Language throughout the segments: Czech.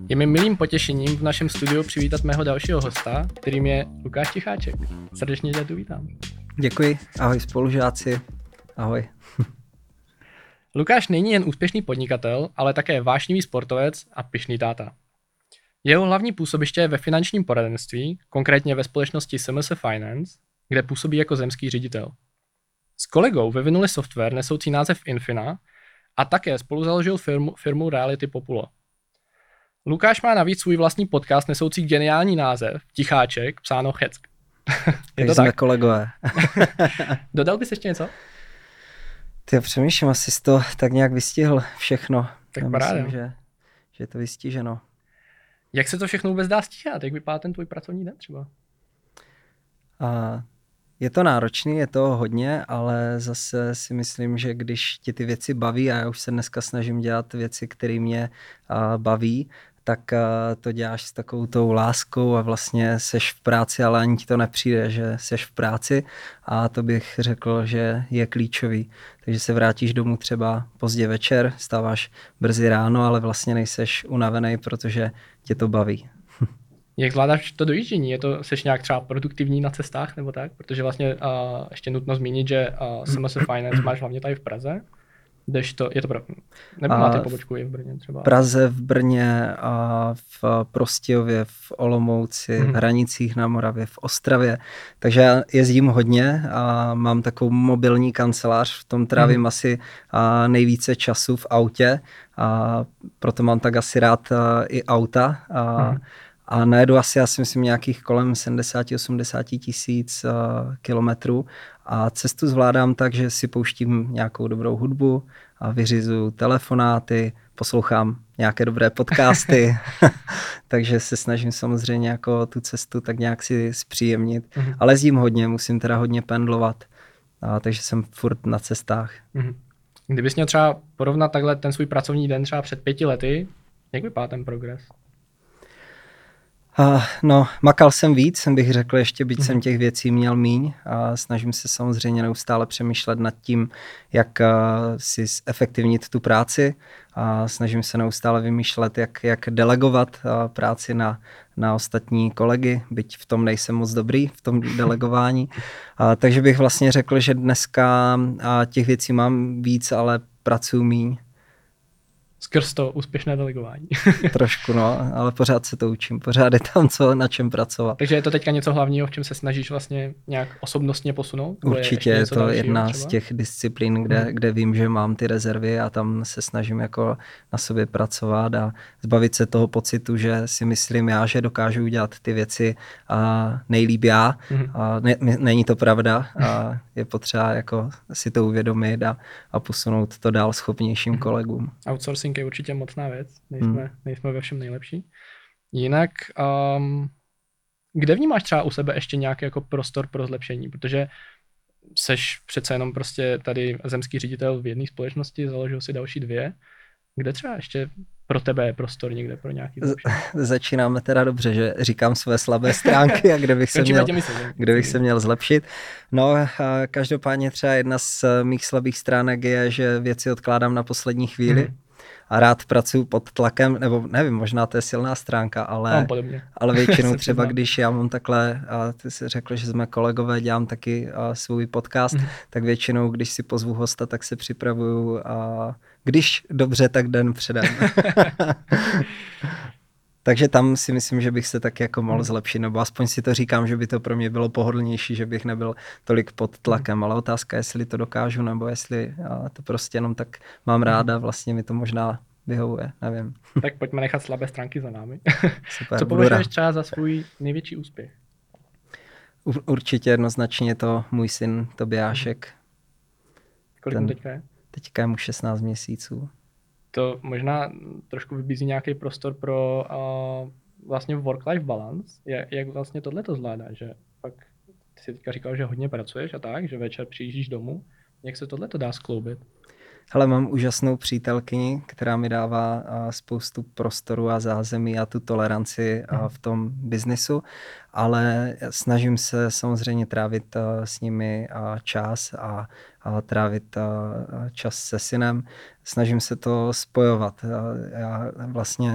Je mi milým potěšením v našem studiu přivítat mého dalšího hosta, kterým je Lukáš Ticháček. Srdečně tě tu vítám. Děkuji, ahoj spolužáci, ahoj. Lukáš není jen úspěšný podnikatel, ale také vášnivý sportovec a pyšný táta. Jeho hlavní působiště je ve finančním poradenství, konkrétně ve společnosti SMS Finance, kde působí jako zemský ředitel. S kolegou vyvinuli software nesoucí název Infina a také spolu založil firmu Reality Populo. Lukáš má navíc svůj vlastní podcast nesoucí geniální název Ticháček, psáno Check. Je to jsme tak? Kolegové. Dodal bys ještě něco? Ty přemýšlím, asi jsi to tak nějak vystihl všechno. Tak paráda. Myslím, že je to vystiženo. Jak se to všechno vůbec dá stíhat? Jak vypadá ten tvůj pracovní den třeba? Je to náročný, je to hodně, ale zase si myslím, že když ti ty věci baví, a já už se dneska snažím dělat věci, které mě baví, tak to děláš s takovou tou láskou a vlastně seš v práci, ale ani ti to nepřijde, že seš v práci, a to bych řekl, že je klíčový. Takže se vrátíš domů třeba pozdě večer, stáváš brzy ráno, ale vlastně nejseš unavený, protože tě to baví. Jak zvládáš to dojíždění? Seš nějak třeba produktivní na cestách nebo tak? Protože vlastně ještě nutno zmínit, že SMS Finance máš hlavně tady v Praze. Nebo máte pobočku i v Brně třeba? V Praze, v Brně, a v Prostějově, v Olomouci, v Hranicích na Moravě, v Ostravě. Takže já jezdím hodně a mám takovou mobilní kancelář, v tom trávím asi nejvíce času v autě, a proto mám tak asi rád i auta. A najedu asi, já si myslím, nějakých kolem 70-80 tisíc kilometrů, a cestu zvládám tak, že si pouštím nějakou dobrou hudbu a vyřizuju telefonáty, poslouchám nějaké dobré podcasty, takže se snažím samozřejmě jako tu cestu tak nějak si zpříjemnit. Ale jezdím hodně, musím teda hodně pendlovat, takže jsem furt na cestách. Kdybys měl třeba porovnat takhle ten svůj pracovní den třeba před 5 lety, jak vypadá ten progres? Makal jsem víc, bych řekl, ještě byť jsem těch věcí měl míň, a snažím se samozřejmě neustále přemýšlet nad tím, jak si zefektivnit tu práci, a snažím se neustále vymýšlet, jak delegovat práci na ostatní kolegy, byť v tom nejsem moc dobrý, v tom delegování. Takže bych vlastně řekl, že dneska těch věcí mám víc, ale pracuji míň. Skrz to úspěšné delegování. Trošku, ale pořád se to učím. Pořád je tam na čem pracovat. Takže je to teďka něco hlavního, v čem se snažíš vlastně nějak osobnostně posunout? Určitě je to jedna z těch disciplín, kde vím, že mám ty rezervy, a tam se snažím jako na sobě pracovat a zbavit se toho pocitu, že si myslím já, že dokážu udělat ty věci nejlíp já. Není to pravda a je potřeba jako si to uvědomit a posunout to dál schopnějším kolegům. Outsourcing je určitě mocná věc, nejsme ve všem nejlepší. Jinak, kde vnímáš třeba u sebe ještě nějaký jako prostor pro zlepšení, protože seš přece jenom prostě tady zemský ředitel v jedné společnosti, založil si další 2, kde třeba ještě pro tebe je prostor někde pro nějaký zlepšení? Začínáme teda dobře, že říkám své slabé stránky a kde bych se měl zlepšit. Každopádně třeba jedna z mých slabých stránek je, že věci odkládám na poslední chvíli. A rád pracuji pod tlakem, nebo nevím, možná to je silná stránka, ale většinou třeba, když já mám takhle, a ty jsi řekl, že jsme kolegové, dělám taky svůj podcast, tak většinou, když si pozvu hosta, tak se připravuju, a když dobře, tak den předem. Takže tam si myslím, že bych se tak jako mohl zlepšit, nebo aspoň si to říkám, že by to pro mě bylo pohodlnější, že bych nebyl tolik pod tlakem, ale otázka, jestli to dokážu, nebo jestli to prostě jenom tak mám ráda, vlastně mi to možná vyhovuje, nevím. Tak pojďme nechat slabé stránky za námi. Super, co považuješ třeba za svůj největší úspěch? Určitě jednoznačně to můj syn Tobiášek. Kolik mu teďka je? Teďka je mu 16 měsíců. To možná trošku vybízí nějaký prostor pro vlastně work-life balance. Jak vlastně tohle to zvládáš, že pak ty jsi teďka říkal, že hodně pracuješ a tak, že večer přijíždíš domů. Jak se tohle to dá skloubit? Hele, mám úžasnou přítelkyni, která mi dává spoustu prostoru a zázemí a tu toleranci v tom biznisu, ale snažím se samozřejmě trávit s nimi čas a trávit čas se synem. Snažím se to spojovat. Já vlastně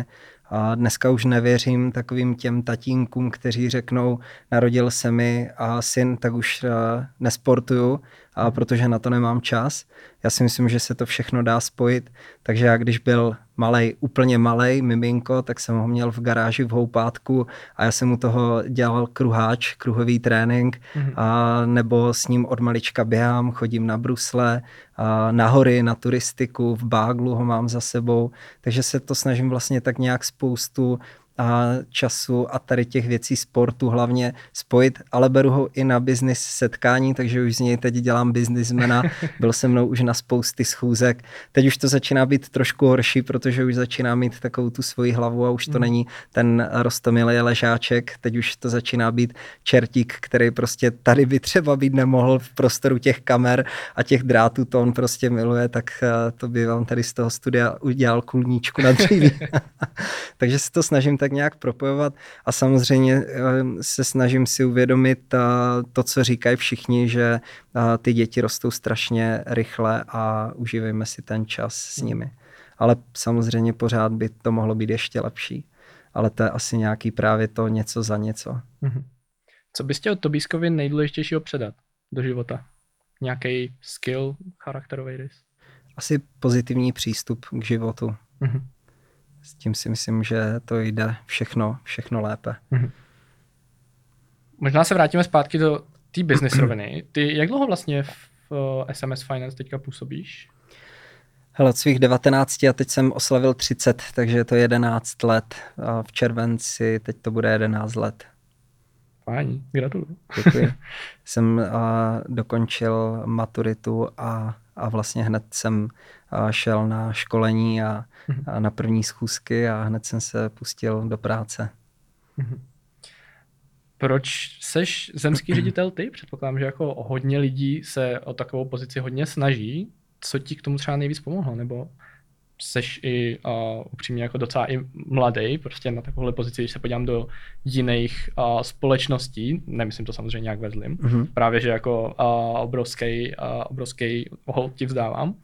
A dneska už nevěřím takovým těm tatínkům, kteří řeknou, narodil se mi a syn, tak už nesportuju, protože na to nemám čas. Já si myslím, že se to všechno dá spojit. Takže já, když byl malej, úplně malej, miminko, tak jsem ho měl v garáži v houpátku a já jsem mu toho dělal kruháč, kruhový trénink, a nebo s ním od malička běhám, chodím na brusle, na hory, na turistiku, v báglu ho mám za sebou, takže se to snažím vlastně tak nějak spoustu času a tady těch věcí sportu hlavně spojit, ale beru ho i na business setkání, takže už z něj teď dělám businessmana, byl se mnou už na spousty schůzek. Teď už to začíná být trošku horší, protože už začíná mít takovou tu svoji hlavu a už to není ten roztomilý ležáček, teď už to začíná být čertík, který prostě tady by třeba být nemohl v prostoru těch kamer a těch drátů, to on prostě miluje, tak to by vám tady z toho studia udělal kulníčku na dříví. Takže se to snažím tak nějak propojovat a samozřejmě se snažím si uvědomit to, co říkají všichni, že ty děti rostou strašně rychle a užívejme si ten čas s nimi. Ale samozřejmě pořád by to mohlo být ještě lepší. Ale to je asi nějaký právě to něco za něco. Co bys chtěl Tobískovi nejdůležitějšího předat do života? Nějaký skill, charakterový rys? Asi pozitivní přístup k životu. S tím si myslím, že to jde všechno lépe. Možná se vrátíme zpátky do té business roviny. Ty jak dlouho vlastně v SMS Finance teďka působíš? Hele, od svých 19 a teď jsem oslavil 30, takže je to 11 let. A v červenci teď to bude 11 let. Fajn, gratuluju. Děkuji. Jsem dokončil maturitu a vlastně hned jsem šel na školení a na první schůzky a hned jsem se pustil do práce. Proč seš zemský ředitel ty? Předpokládám, že jako hodně lidí se o takovou pozici hodně snaží. Co ti k tomu třeba nejvíc pomohlo? Nebo seš i upřímně jako docela i mladý, prostě na takovouhle pozici, když se podívám do jiných společností, nemyslím to samozřejmě nějak ve zlým, právě že jako obrovský hold ti vzdávám.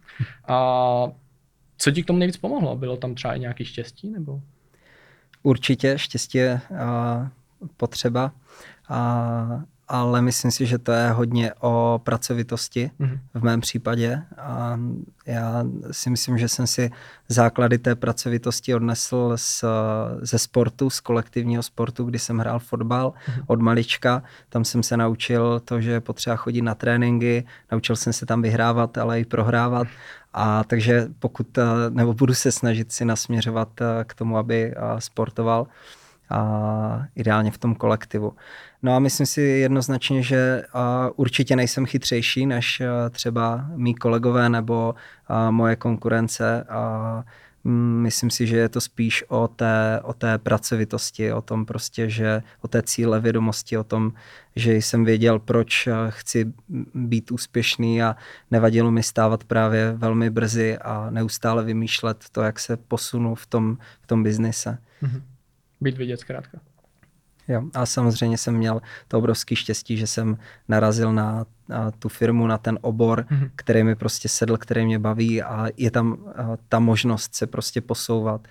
Co ti k tomu nejvíc pomohlo? Bylo tam třeba i nějaký štěstí? Nebo? Určitě štěstí je potřeba, ale myslím si, že to je hodně o pracovitosti v mém případě. A já si myslím, že jsem si základy té pracovitosti odnesl ze sportu, z kolektivního sportu, kdy jsem hrál fotbal od malička. Tam jsem se naučil to, že je potřeba chodit na tréninky, naučil jsem se tam vyhrávat, ale i prohrávat. A takže nebo budu se snažit si nasměřovat k tomu, aby sportoval a ideálně v tom kolektivu. No a myslím si jednoznačně, že určitě nejsem chytřejší než třeba mý kolegové nebo moje konkurence. Myslím si, že je to spíš o té pracovitosti, o tom prostě, že o té cílevědomosti, o tom, že jsem věděl, proč chci být úspěšný a nevadilo mi stávat právě velmi brzy a neustále vymýšlet to, jak se posunu v tom biznise. Být vidět zkrátka. Jo, a samozřejmě jsem měl to obrovské štěstí, že jsem narazil na tu firmu, na ten obor, který mi prostě sedl, který mě baví a je tam ta možnost se prostě posouvat.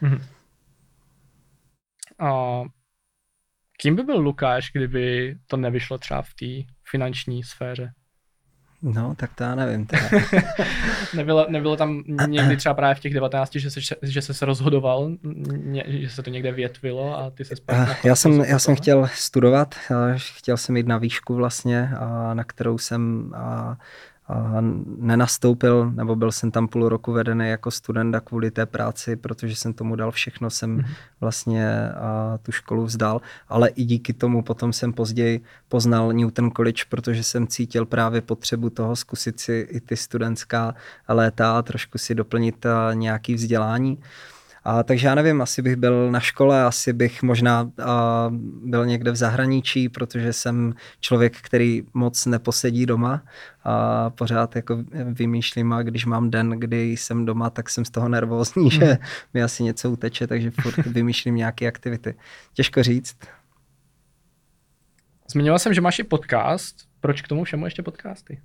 A kým by byl Lukáš, kdyby to nevyšlo třeba v té finanční sféře? No, tak to já nevím. Nebylo tam někdy třeba právě v těch 19, že se rozhodoval, že se to někde větvilo a ty se Já jsem chtěl studovat, chtěl jsem jít na výšku vlastně, na kterou jsem nenastoupil, nebo byl jsem tam půl roku vedený jako student a kvůli té práci, protože jsem tomu dal všechno, jsem vlastně tu školu vzdal, ale i díky tomu potom jsem později poznal Newton College, protože jsem cítil právě potřebu toho zkusit si i ty studentská léta a trošku si doplnit nějaký vzdělání. Takže já nevím, asi bych byl na škole, asi bych možná byl někde v zahraničí, protože jsem člověk, který moc neposedí doma a pořád jako vymýšlím, a když mám den, kdy jsem doma, tak jsem z toho nervózní, že mi asi něco uteče, takže furt vymýšlím nějaké aktivity. Těžko říct. Zmiňoval jsem, že máš i podcast. Proč k tomu všemu ještě podcasty?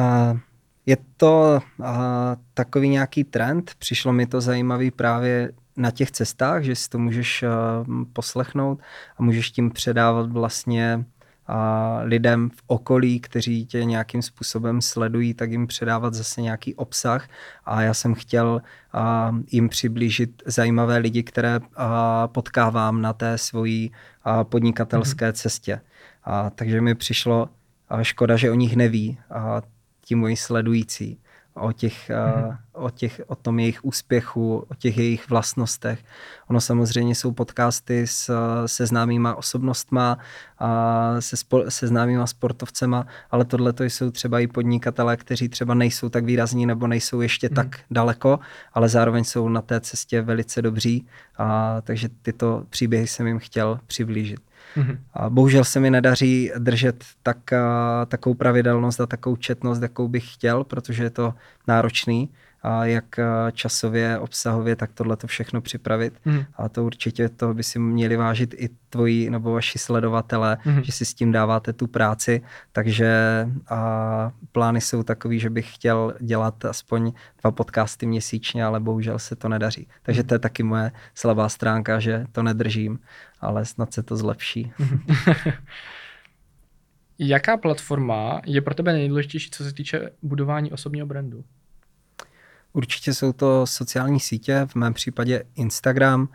Je to takový nějaký trend, přišlo mi to zajímavý právě na těch cestách, že si to můžeš poslechnout a můžeš tím předávat vlastně lidem v okolí, kteří tě nějakým způsobem sledují, tak jim předávat zase nějaký obsah a já jsem chtěl jim přiblížit zajímavé lidi, které potkávám na té svojí podnikatelské cestě. Takže mi přišlo škoda, že o nich neví ti moji sledující, o tom jejich úspěchu, o těch jejich vlastnostech. Ono samozřejmě jsou podcasty se známýma osobnostma, se známýma sportovcema, ale tohle to jsou třeba i podnikatelé, kteří třeba nejsou tak výrazní nebo nejsou ještě tak daleko, ale zároveň jsou na té cestě velice dobří, takže tyto příběhy jsem jim chtěl přiblížit. A bohužel se mi nedaří držet takovou pravidelnost a takovou četnost, jakou bych chtěl, protože je to náročný, jak časově, obsahově, tak tohle to všechno připravit. A to určitě to by si měli vážit i tvoji nebo vaši sledovatelé, že si s tím dáváte tu práci. Takže plány jsou takový, že bych chtěl dělat aspoň 2 podcasty měsíčně, ale bohužel se to nedaří. Takže to je taky moje slabá stránka, že to nedržím, ale snad se to zlepší. Jaká platforma je pro tebe nejdůležitější, co se týče budování osobního brandu? Určitě jsou to sociální sítě, v mém případě Instagram.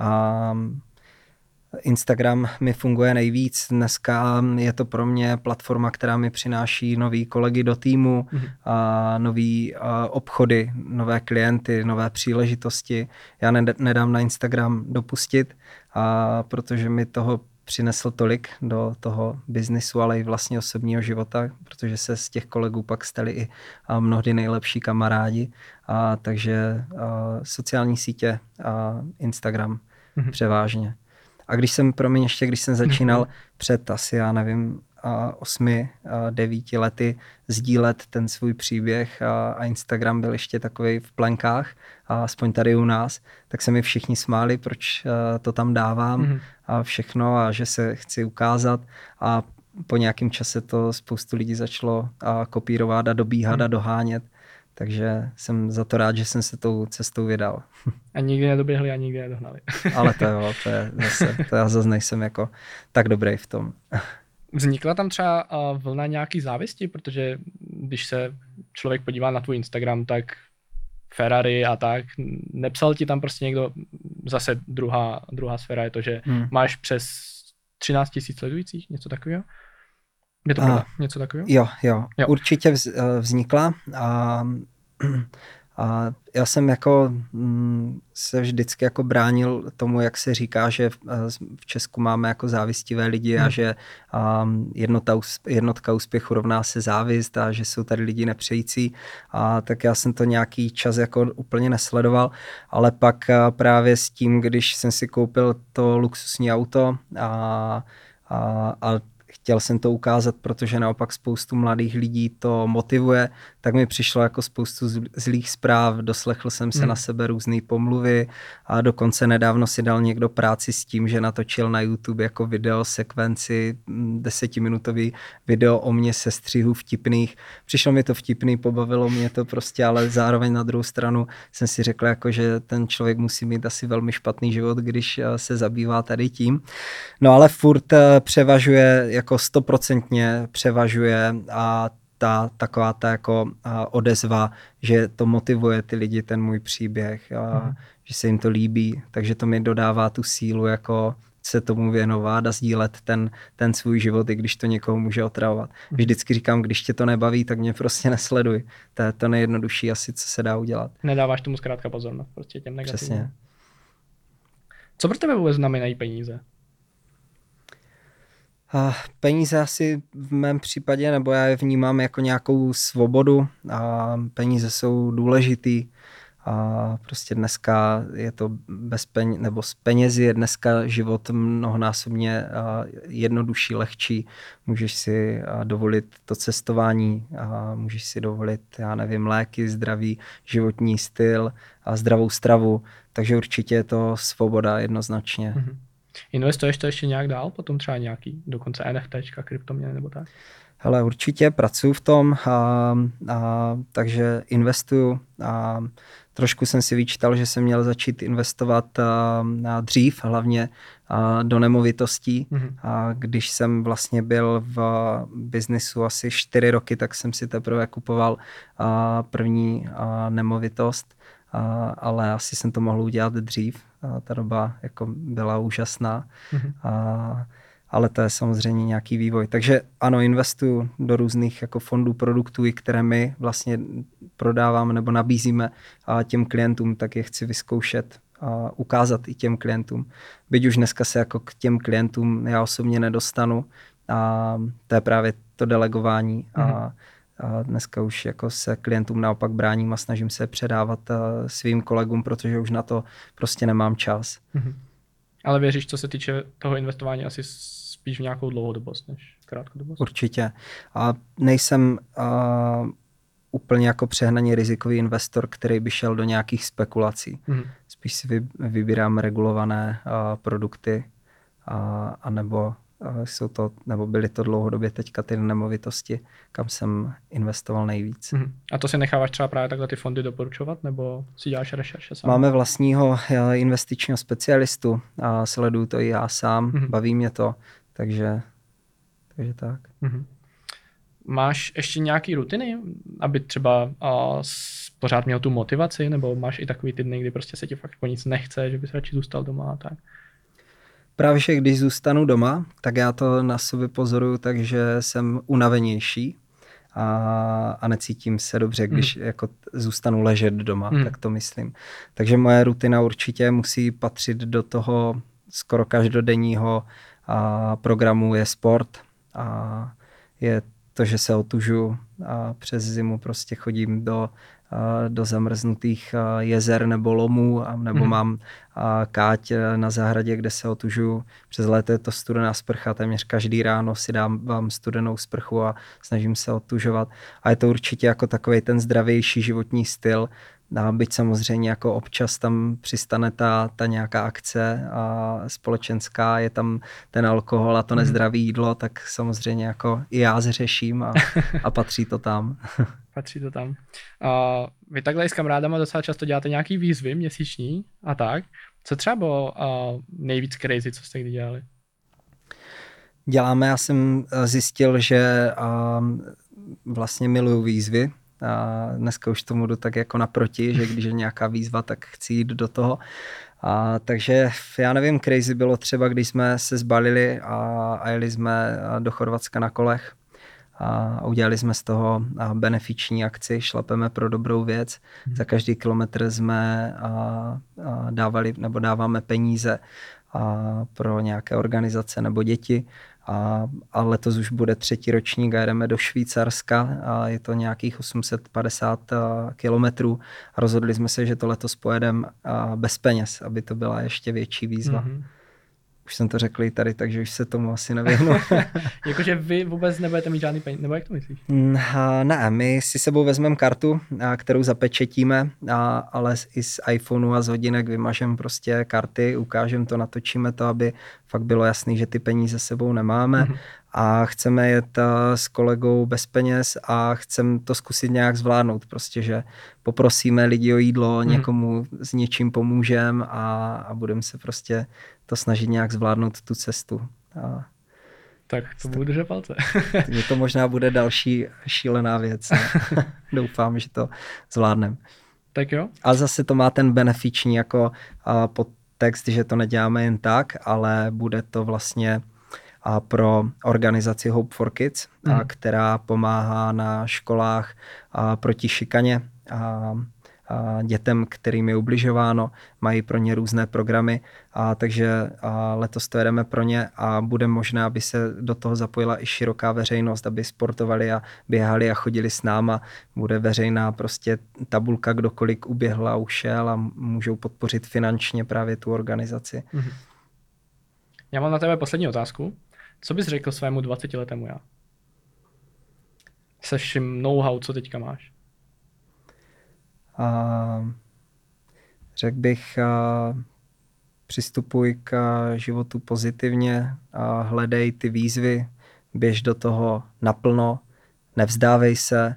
Instagram mi funguje nejvíc. Dneska je to pro mě platforma, která mi přináší nový kolegy do týmu, nový obchody, nové klienty, nové příležitosti. Já nedám na Instagram dopustit, protože mi toho přinesl tolik do toho biznisu, ale i vlastně osobního života, protože se z těch kolegů pak stali i mnohdy nejlepší kamarádi. Takže sociální sítě a Instagram převážně. A když jsem začínal před asi, 8-9 lety sdílet ten svůj příběh a Instagram byl ještě takovej v plenkách, a aspoň tady u nás, tak se mi všichni smáli, proč to tam dávám a všechno a že se chci ukázat a po nějakém čase to spoustu lidí začalo kopírovat a dobíhat a dohánět. Takže jsem za to rád, že jsem se tou cestou vydal. A nikdy nedoběhli a nikdy nedohnali. Ale to já zase nejsem jako tak dobrý v tom. Vznikla tam třeba vlna nějaký závisti, protože když se člověk podívá na tvůj Instagram, tak Ferrari a tak, nepsal ti tam prostě někdo, zase druhá sféra je to, že máš přes 13 000 sledujících, něco takového? Je to pravda? Něco takového? Jo. Určitě vznikla a já jsem jako se vždycky jako bránil tomu, jak se říká, že v Česku máme jako závistivé lidi a že jednotka úspěchu rovná se závist a že jsou tady lidi nepřející. Tak já jsem to nějaký čas jako úplně nesledoval, ale pak právě s tím, když jsem si koupil to luxusní auto a chtěl jsem to ukázat, protože naopak spoustu mladých lidí to motivuje, tak mi přišlo jako spoustu zlých zpráv, doslechl jsem se na sebe různý pomluvy a dokonce nedávno si dal někdo práci s tím, že natočil na YouTube jako video sekvenci, 10minutový video o mě se střihů vtipných. Přišlo mi to vtipný, pobavilo mě to prostě, ale zároveň na druhou stranu jsem si řekl, jako, že ten člověk musí mít asi velmi špatný život, když se zabývá tady tím. No ale furt převažuje, jako 100% převažuje a taková ta jako odezva, že to motivuje ty lidi, ten můj příběh, že se jim to líbí, takže to mi dodává tu sílu jako se tomu věnovat a sdílet ten svůj život, i když to někoho může otravovat. Vždycky říkám, když tě to nebaví, tak mě prostě nesleduj. To je to nejjednodušší asi, co se dá udělat. Nedáváš tomu zkrátka pozornost, prostě těm negativním. Přesně. Co pro tebe vůbec znamenají peníze? Peníze asi v mém případě, nebo já je vnímám jako nějakou svobodu a peníze jsou důležitý a prostě dneska je to nebo s penězi je dneska život mnohonásobně jednodušší, lehčí. Můžeš si dovolit to cestování, můžeš si dovolit, léky, zdravý životní styl a zdravou stravu, takže určitě je to svoboda jednoznačně. Investuješ to ještě nějak dál? Potom třeba nějaký dokonce NFTčka, kryptoměny nebo tak? Hele, určitě pracuji v tom, takže investuju. Trošku jsem si vyčítal, že jsem měl začít investovat dřív, hlavně do nemovitostí. Když jsem vlastně byl v biznisu asi 4 roky, tak jsem si teprve kupoval první nemovitost, ale asi jsem to mohl udělat dřív. Ta doba jako byla úžasná. Ale to je samozřejmě nějaký vývoj. Takže ano, investuju do různých jako fondů, produktů, které my vlastně prodáváme nebo nabízíme těm klientům, tak je chci vyzkoušet a ukázat i těm klientům. Byť už dneska se jako k těm klientům já osobně nedostanu, a to je právě to delegování a dneska už jako se klientům naopak bráním a snažím se předávat svým kolegům, protože už na to prostě nemám čas. Ale věříš, co se týče toho investování, asi spíš v nějakou dlouhodobost než krátkodobost? Určitě. A nejsem úplně jako přehnaně rizikový investor, který by šel do nějakých spekulací. Spíš si vybírám regulované produkty nebo byly to dlouhodobě teďka ty nemovitosti, kam jsem investoval nejvíc. A to si necháváš třeba právě takhle ty fondy doporučovat, nebo si děláš rešerše sám? Máme vlastního investičního specialistu a sleduju to i já sám, baví mě to, takže tak. Máš ještě nějaký rutiny, aby třeba pořád měl tu motivaci, nebo máš i takový ty dny, kdy prostě se ti fakt po nic nechce, že bys radši zůstal doma a tak? Právě, že když zůstanu doma, tak já to na sobě pozoruju, takže jsem unavenější a necítím se dobře, když jako zůstanu ležet doma, tak to myslím. Takže moje rutina určitě musí patřit do toho skoro každodenního programu je sport a je to, že se otužu a přes zimu prostě chodím do zamrznutých jezer nebo lomů, nebo mám káť na zahradě, kde se otužuju. Přes léto je to studená sprcha, téměř každý ráno si dám studenou sprchu a snažím se otužovat. A je to určitě jako takovej ten zdravější životní styl, byť samozřejmě jako občas tam přistane ta nějaká akce společenská, je tam ten alkohol a to nezdravé jídlo, tak samozřejmě jako i já zřeším a patří to tam. Patří to tam. Vy takhle s kamarádama docela často děláte nějaký výzvy měsíční a tak. Co třeba bylo nejvíc crazy, co jste kdy dělali? Já jsem zjistil, že vlastně miluju výzvy. A dneska už tomu jdu tak jako naproti, že když je nějaká výzva, tak chci jít do toho. Takže já nevím, crazy bylo třeba, když jsme se zbalili a jeli jsme do Chorvatska na kolech a udělali jsme z toho benefiční akci, šlapeme pro dobrou věc. Za každý kilometr jsme dávali nebo dáváme peníze pro nějaké organizace nebo děti. A letos už bude 3. ročník a jedeme do Švýcarska a je to nějakých 850 kilometrů a rozhodli jsme se, že to letos pojedeme bez peněz, aby to byla ještě větší výzva. Už jsem to řekl i tady, takže už se tomu asi nevyhnu. Jakože vy vůbec nebudete mít žádný peníze, nebo jak to myslíš? Ne, my si sebou vezmeme kartu, kterou zapečetíme, ale i z iPhoneu a z hodinek vymažeme prostě karty, ukážeme to, natočíme to, aby fakt bylo jasný, že ty peníze sebou nemáme. A chceme jet s kolegou bez peněz a chceme to zkusit nějak zvládnout. Prostě, že poprosíme lidi o jídlo, někomu s něčím pomůžeme a budeme se prostě to snažit nějak zvládnout tu cestu. Tak to budu držet palce. Takže to možná bude další šílená věc. Doufám, že to zvládneme. Tak jo. A zase to má ten benefiční jako podtext, že to neděláme jen tak, ale bude to vlastně pro organizaci Hope for Kids, která pomáhá na školách proti šikaně a dětem, kterým je ubližováno, mají pro ně různé programy, takže letos to jedeme pro ně a bude možné, aby se do toho zapojila i široká veřejnost, aby sportovali a běhali a chodili s náma. Bude veřejná prostě tabulka, kdo kolik uběhl a ušel a můžou podpořit finančně právě tu organizaci. Já mám na tebe poslední otázku. Co bys řekl svému 20letému já? Se vším know-how, co teďka máš? Řekl bych, přistupuj k životu pozitivně a hledej ty výzvy, běž do toho naplno, nevzdávej se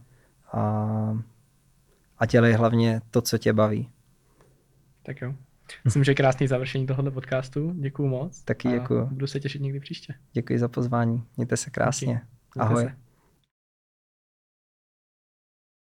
a dělej hlavně to, co tě baví. Tak jo. Myslím, že krásný završení tohoto podcastu. Děkuju moc. Taky děkuju. Budu se těšit někdy příště. Děkuji za pozvání. Mějte se krásně. Díky. Ahoj. Se.